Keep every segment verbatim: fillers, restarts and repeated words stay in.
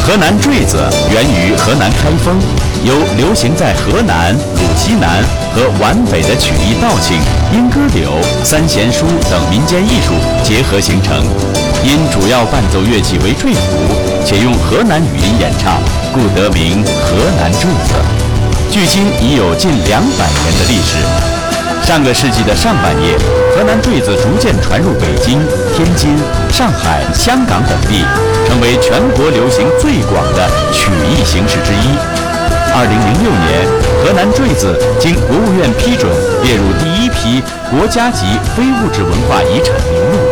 河南坠子源于河南开封，由流行在河南、鲁西南和皖北的曲艺道庆、莺歌柳、三弦书等民间艺术结合形成。因主要伴奏乐器为坠胡，且用河南语音演唱，故得名河南坠子。距今已有近两百年的历史。上个世纪的上半叶，河南坠子逐渐传入北京、天津、上海、香港等地，成为全国流行最广的曲艺形式之一。二零零六年，河南坠子经国务院批准，列入第一批国家级非物质文化遗产名录。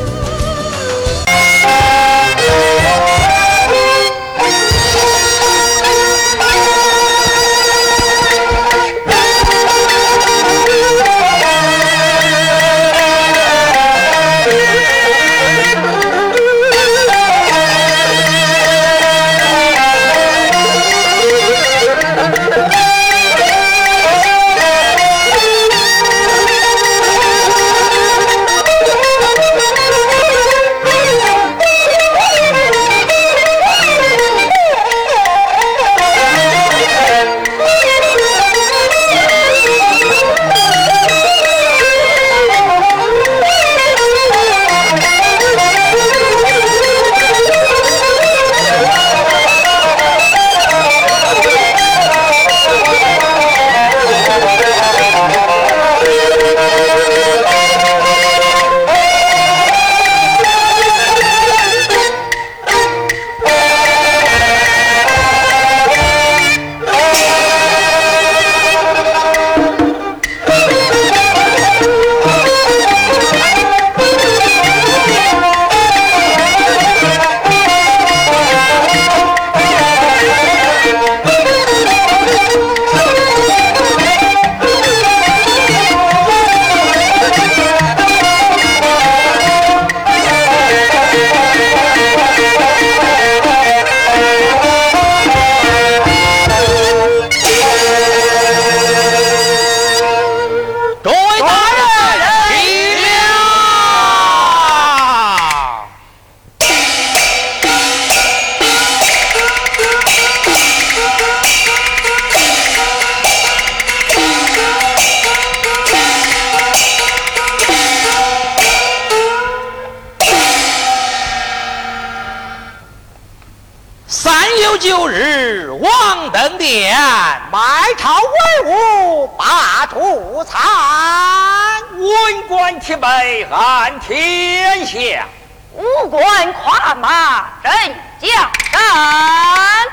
九日望登殿， 买朝文武把主餐， 文官提杯安天下， 武官跨马镇江山。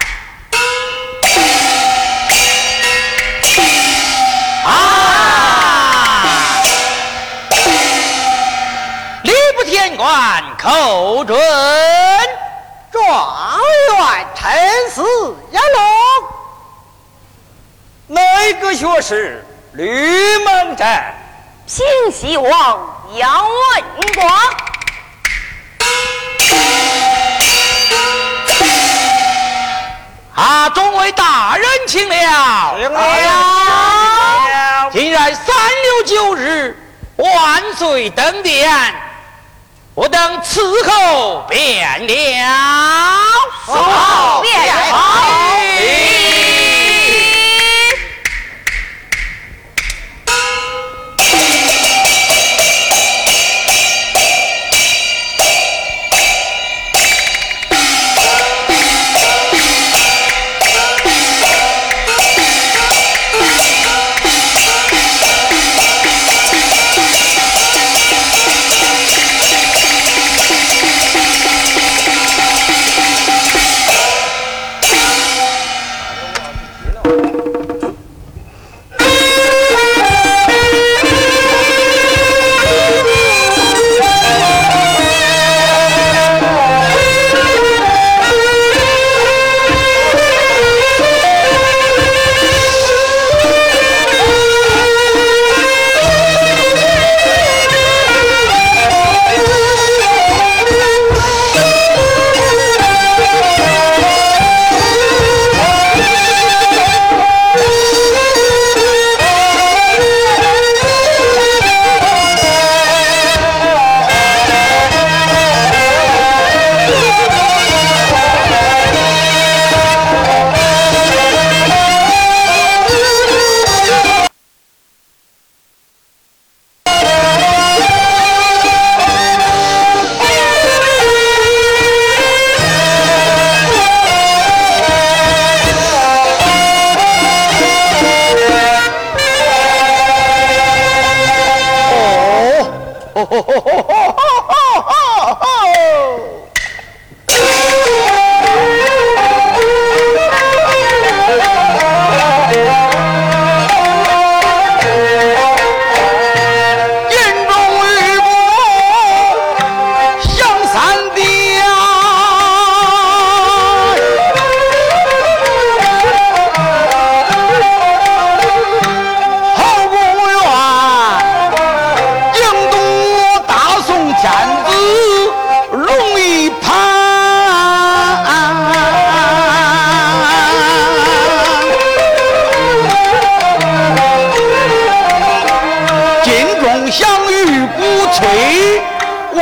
啊！礼部天官叩准。 状元陈氏杨龙， 哪个学士吕蒙镇， 平西王杨文广， 啊，众位大人请了， 请了。 今日三六九日，万岁登殿。我等伺候便了， 伺候便了。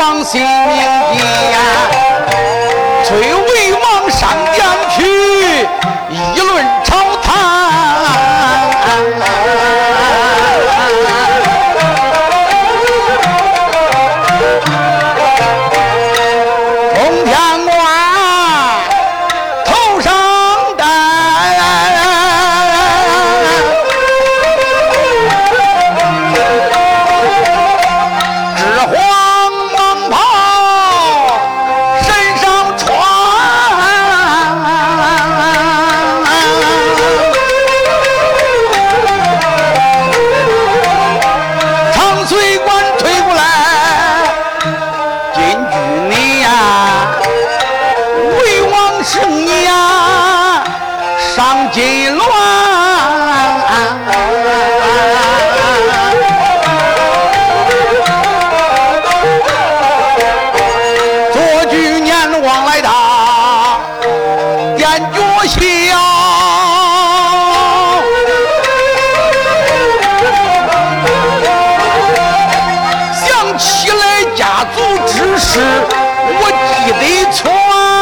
王心明间，崔魏王上将去议论朝堂。通天冠头上戴，纸黄蟒袍身上穿，长随官推过来，金句你呀，魏王是你呀，上金銮。左举年王来到殿脚下，想起来家族之事，我记得传。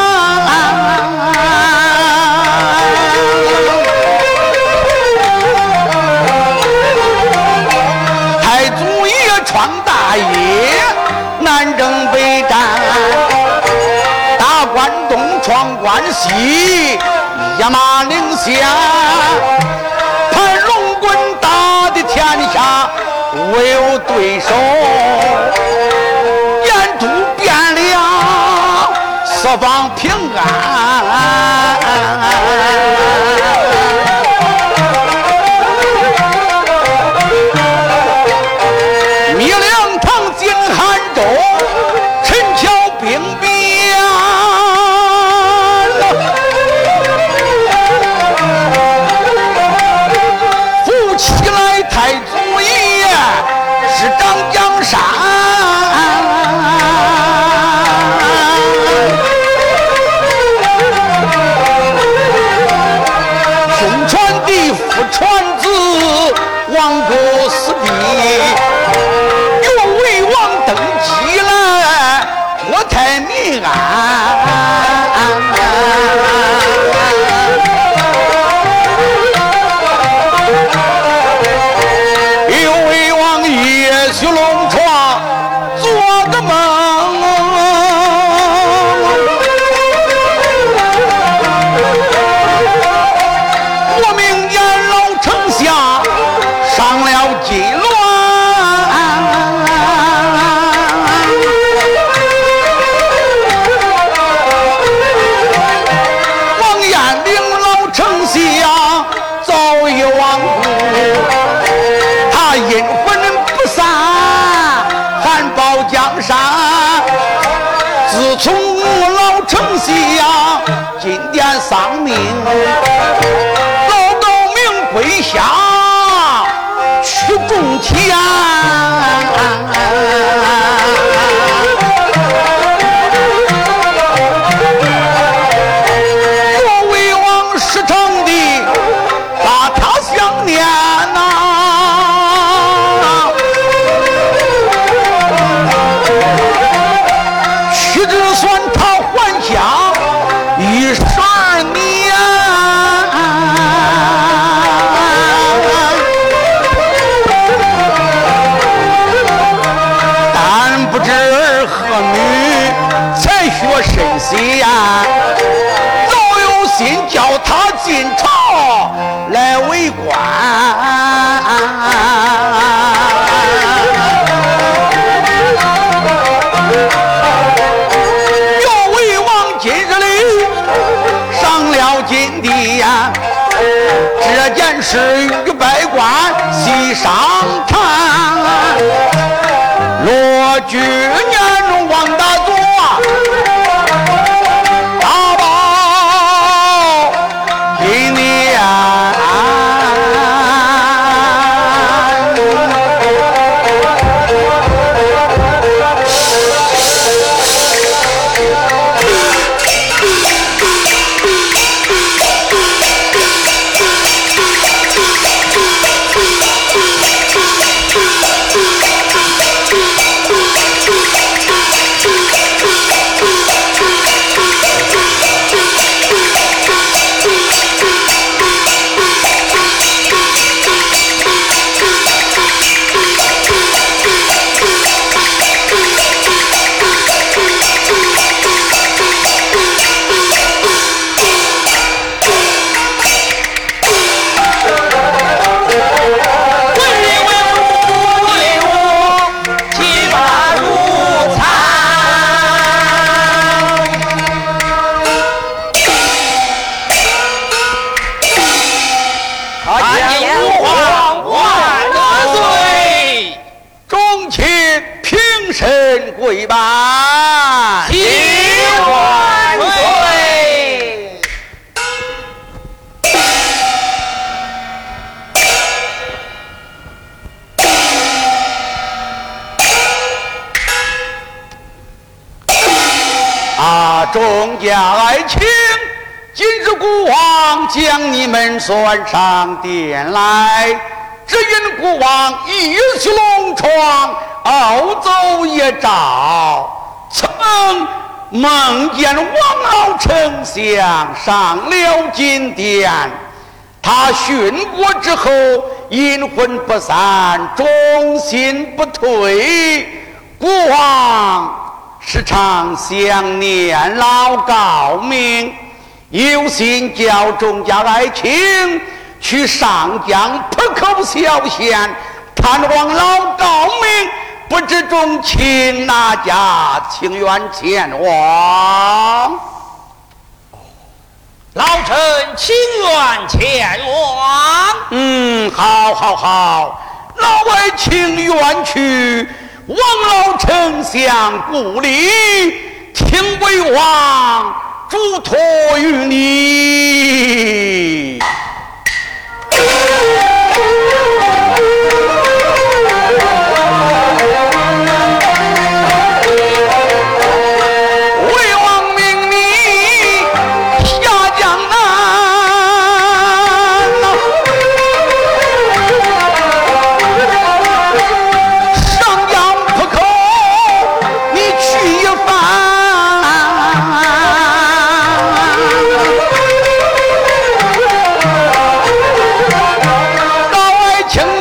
太祖爷穿大衣，南征北战，大关东闯关西，野马领先，盘龙棍打的天下没有对手，沿途变了四方平安。米粮堂进汉州，陈桥兵变，扶起来太祖爷是张江山。兄传弟父传子，亡国死地，有魏王登基来，国泰民安。有魏王也许龙床，做个梦，我明年老丞相上了金銮。王彦龄老丞相早已亡故，他阴魂不散，含苞江山。自从老丞相金殿丧命，老道明归乡去种田。若魏王时常的把他想念呐、屈指算他还乡一十二年。但不知儿和女才学甚些呀，早有心叫他进朝来为官。有魏王今日里上了金殿，这件事与百官细商谈。若举年王大佐大宝今年， 啊，众家爱卿，今日孤王将你们算上殿来，只因孤王一去龙床，傲走一朝，曾梦见王老丞相上了金殿。他殉国之后，阴魂不散，忠心不退。国王时常想念老高明，有心叫众家爱卿去上江浦口小县探望老高明，不知众卿哪家情愿前往？ 老臣情愿前往。 嗯，好，好，好，老爱情愿去王老丞相故里，听为王嘱托于你。情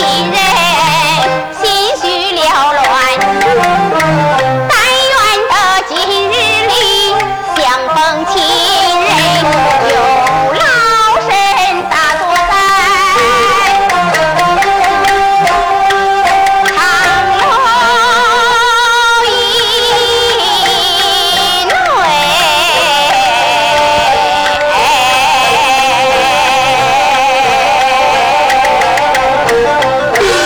亲人心绪缭乱，但愿得今日里相逢亲人，有老身大作在长楼一内。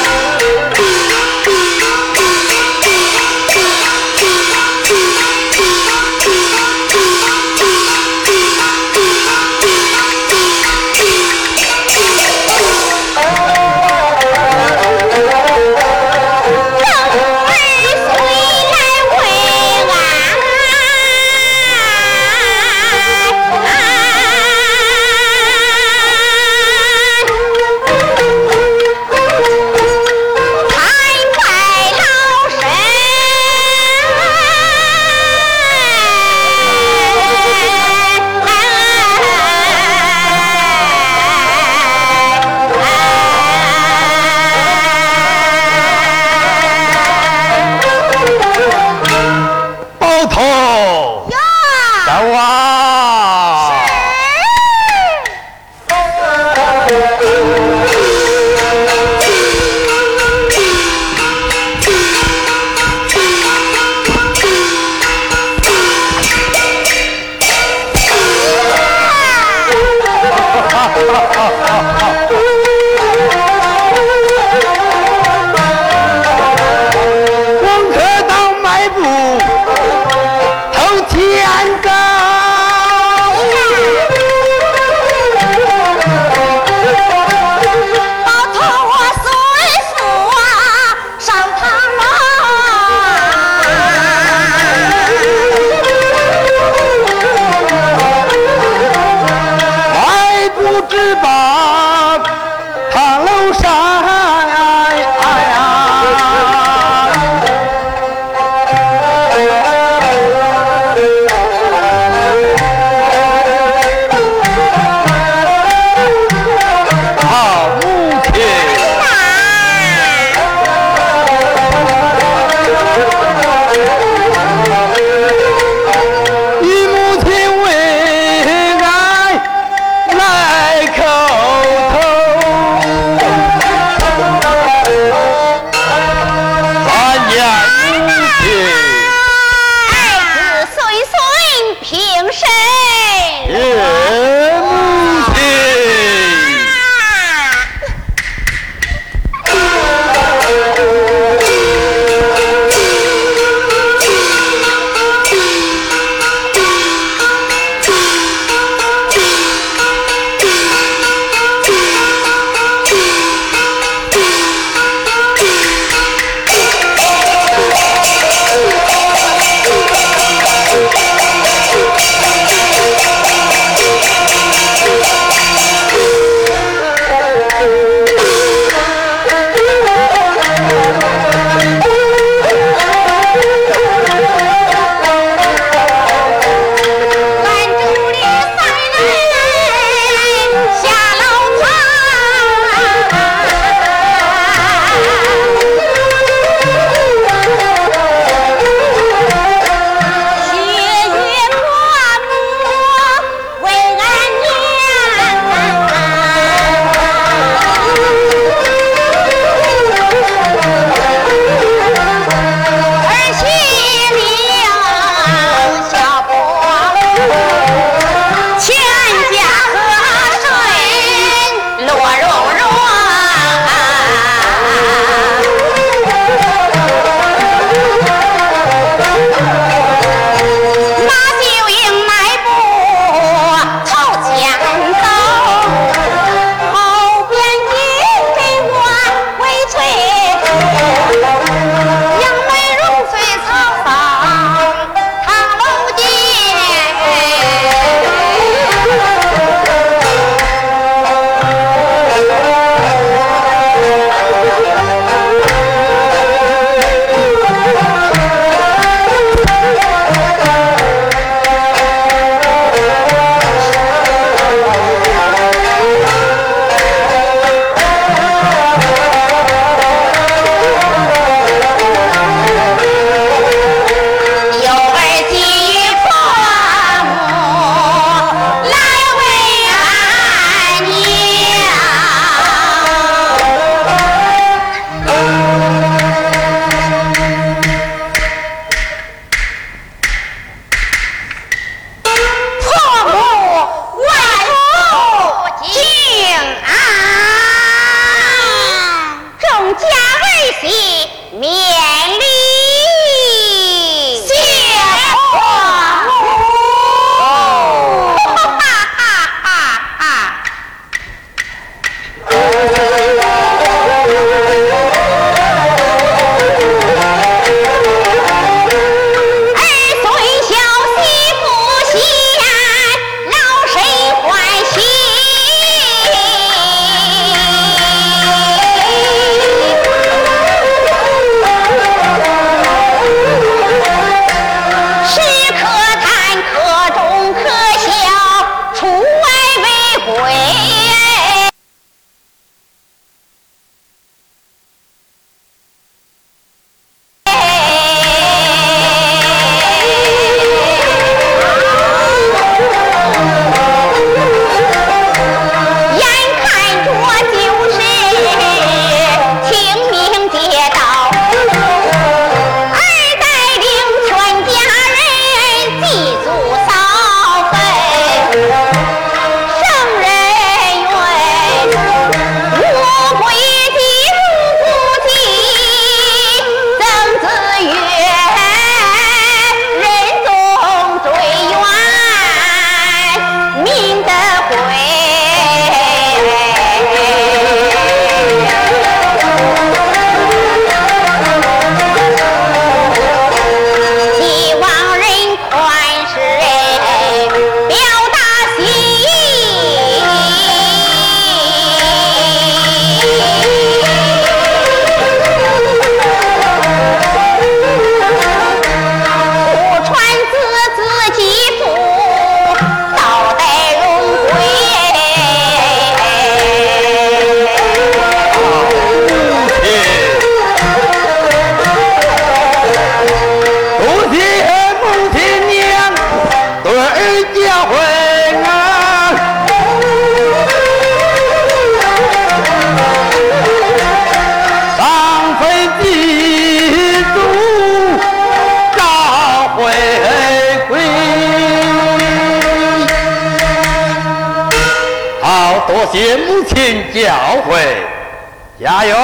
谢母亲教诲，家园。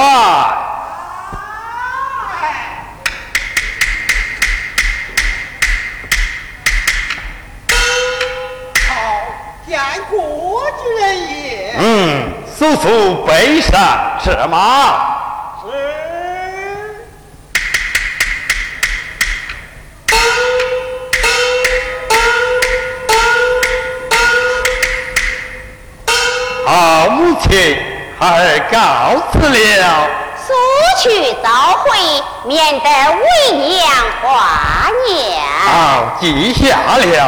见过主人也。 嗯，叔叔背上车马。 是。 好，母亲，儿告辞了。 速去早回，免得为娘挂念。 好，记下了。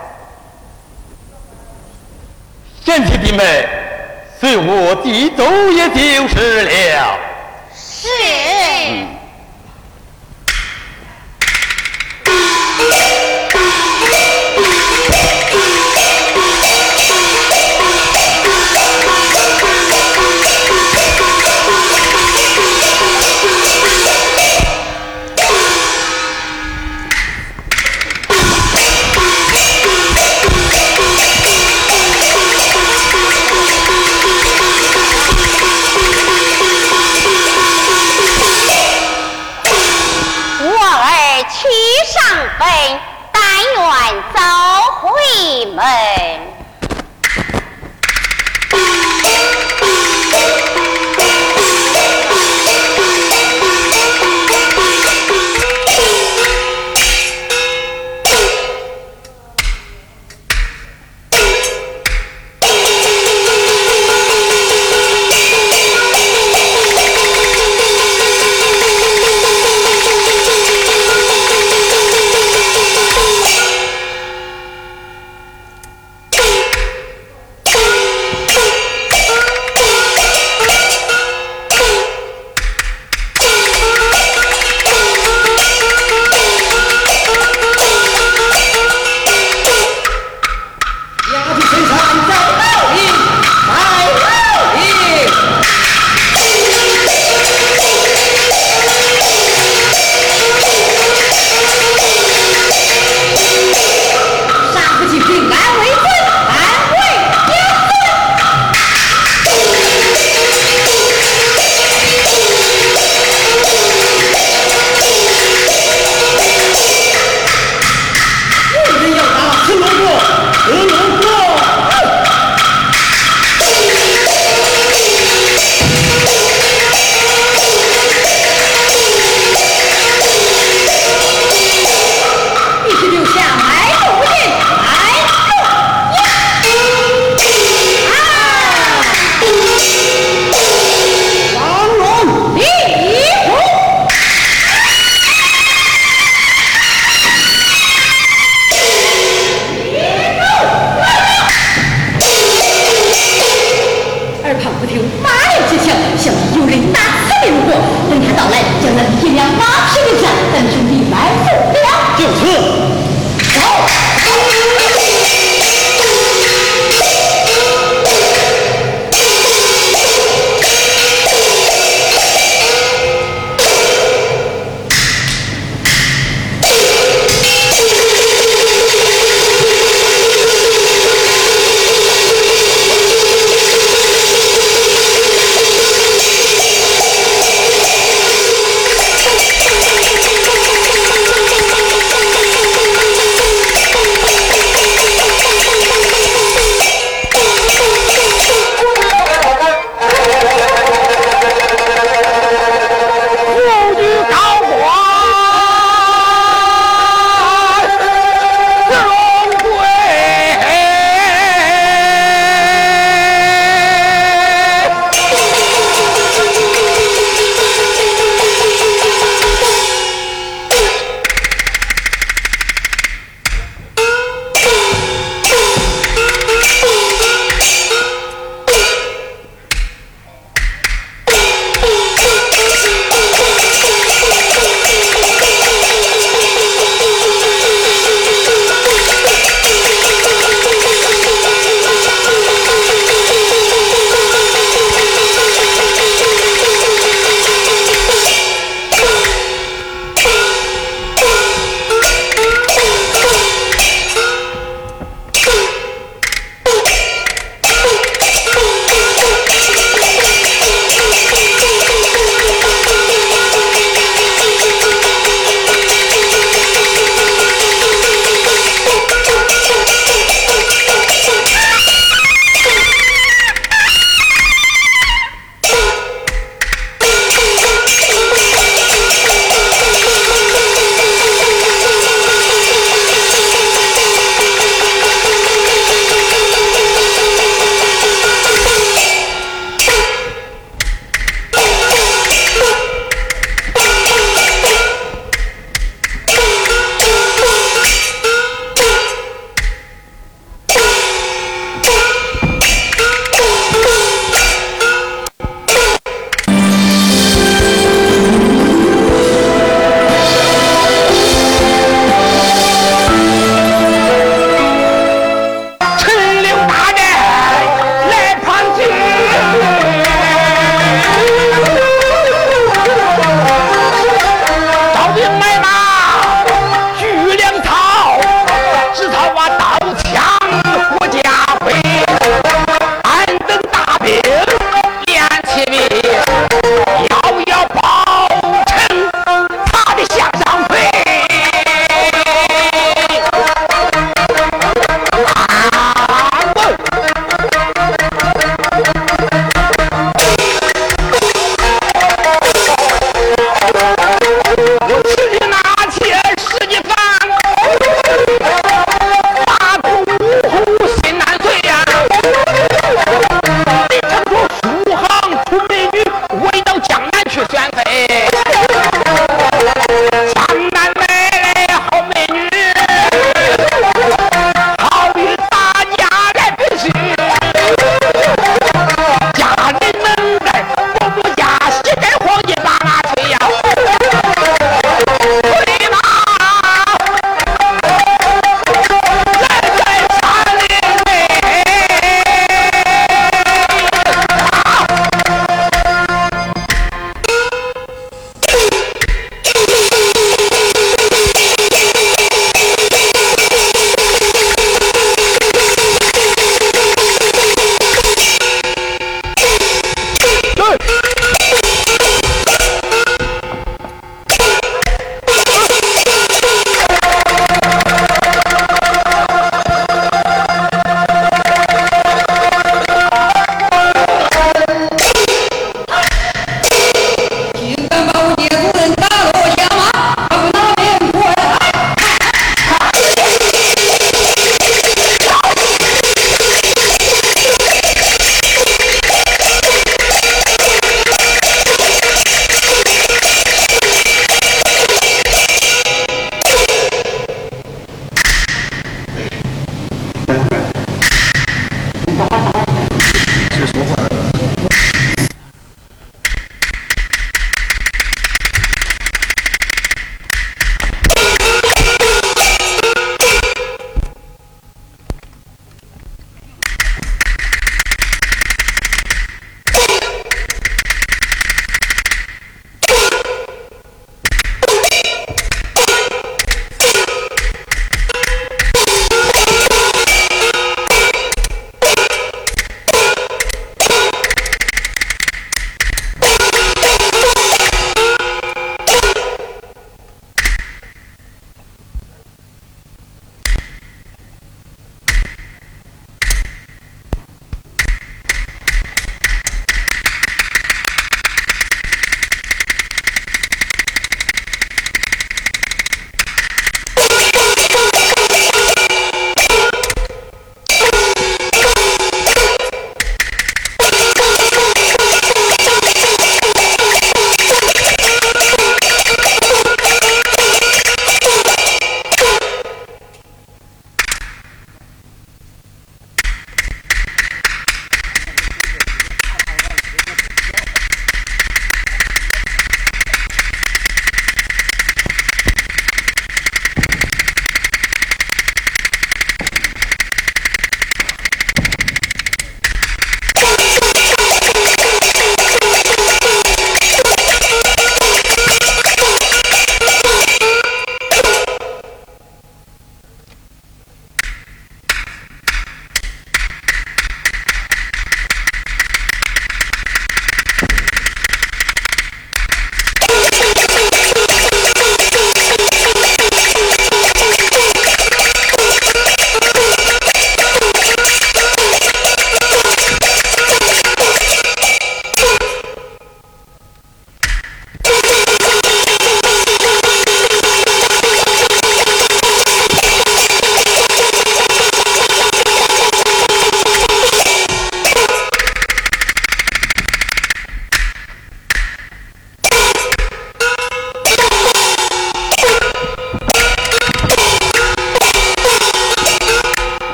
贤妻弟妹，随我弟走也就是了。 是。 嗯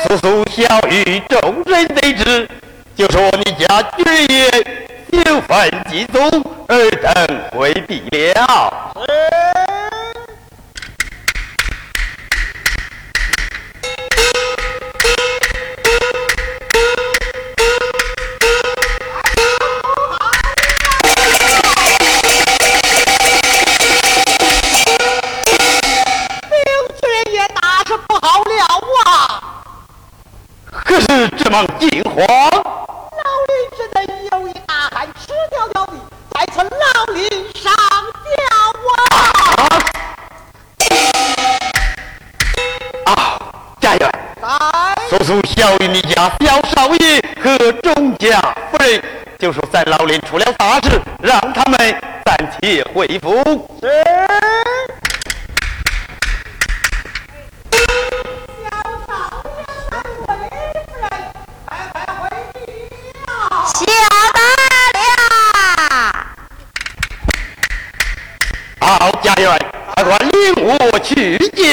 叔叔小玉众人得知，就说你家爵爷有犯祭宗，尔等回避了。可是这么惊慌， 老林只得有一大汉赤条条的在此老林上吊啊！ 啊，家园， 在叔叔小玉你家小少爷和钟家夫人就说在老林出了大事，让他们暂且回府。 是。 下达了。 好，家园，快快领我去见。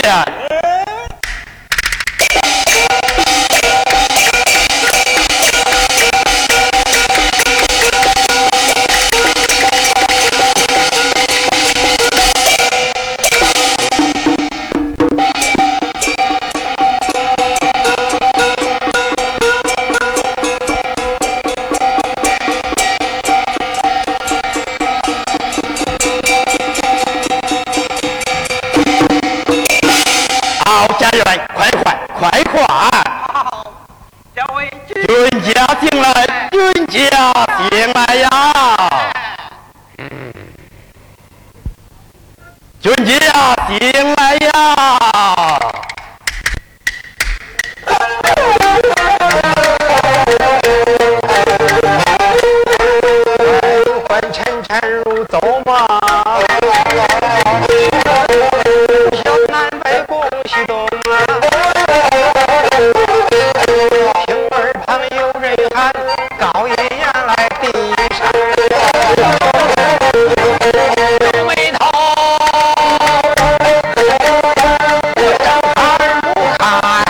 快快快快！ 好，两位君家进来，君家进来呀！君家进来呀！ 昏沉沉如走马，小南北恭喜东啊！听耳旁有人喊，高爷爷来递上，皱眉头，我正看不看？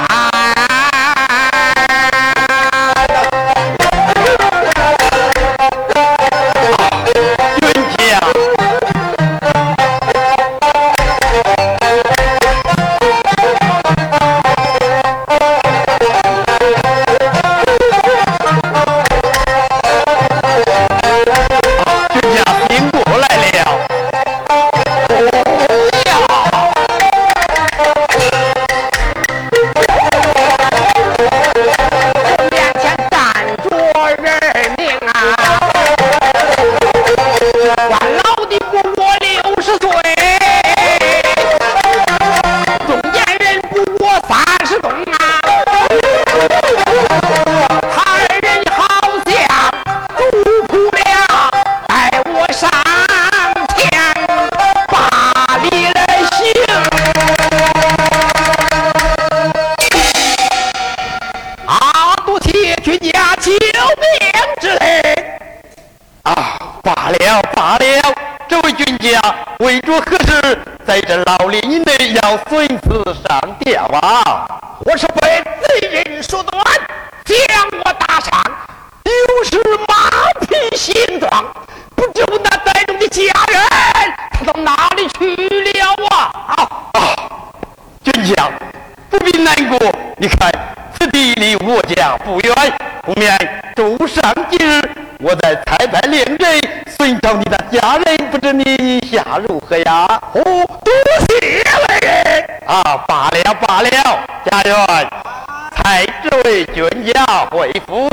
为着何事在这老林内要随此上吊啊？ 我是被贼人所断，将我打伤，又是马匹行状，不知我那在中的家人他到哪里去了啊？ 啊！军将不必难过，你看此地离我家不远，不免周上今日我在裁判令人寻找你的家人，不知你意下如何呀？ 哦，多谢来人啊！罢了罢了，家园，才这位军家回府。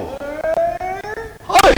哎。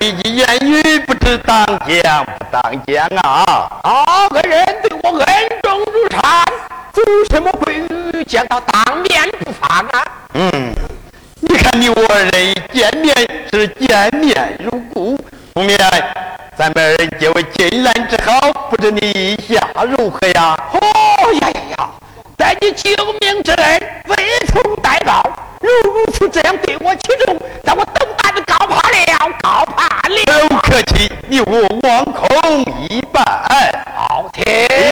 提及言语，不知当讲不当讲啊！ 啊，恩人对我恩重如山，有什么规矩讲到当面不放啊？ 嗯，你看你我二人一见面是见面如故，后面咱们二人结为金兰之好，不知你意下如何呀？ 哦呀呀呀！待你救命之恩，未曾待报，如此这样对我起重，那我等待的高攀了，高攀了。 不客气，你我望空一拜。 好听。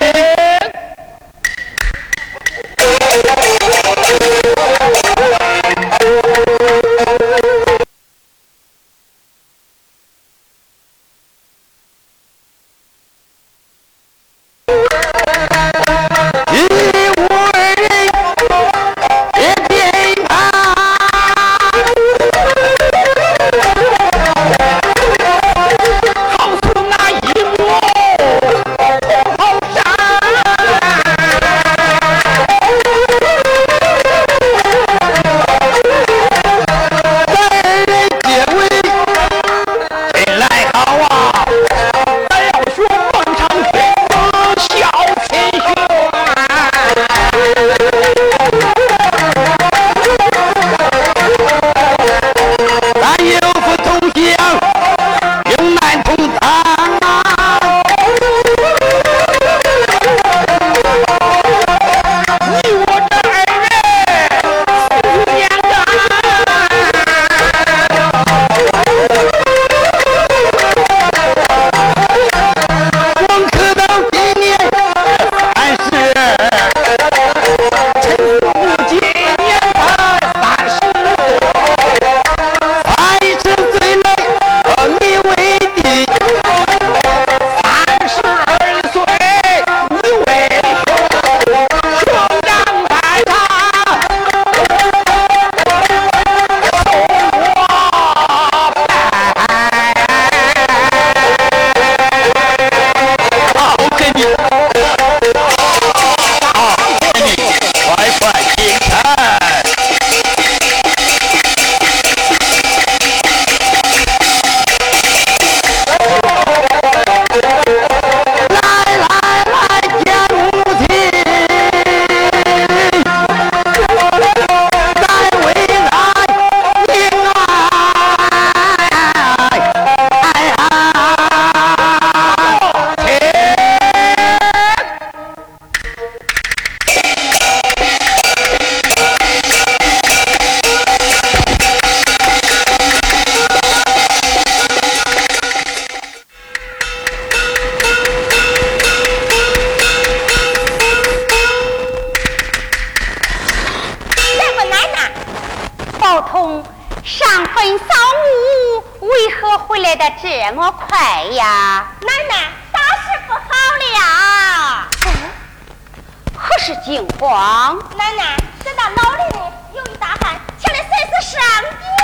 这么快呀，奶奶，大事不好了！何事惊慌？奶奶，这到老林里有一大汉，前来随时上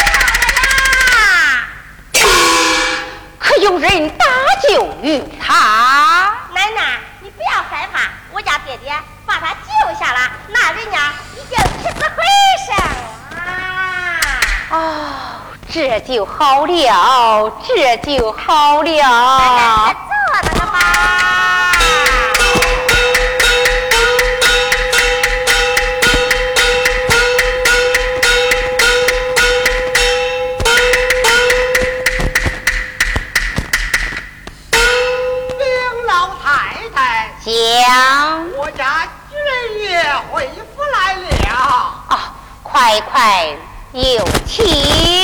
帝了呀！可有人搭救于他？奶奶，你不要害怕，我家爹爹把他救下了，那人家已经起死回生了。哦。这就好了，这就好了。奶奶，坐着呢吧。 禀老太太， 讲， 我家爵爷回府来了。 啊，快快有请。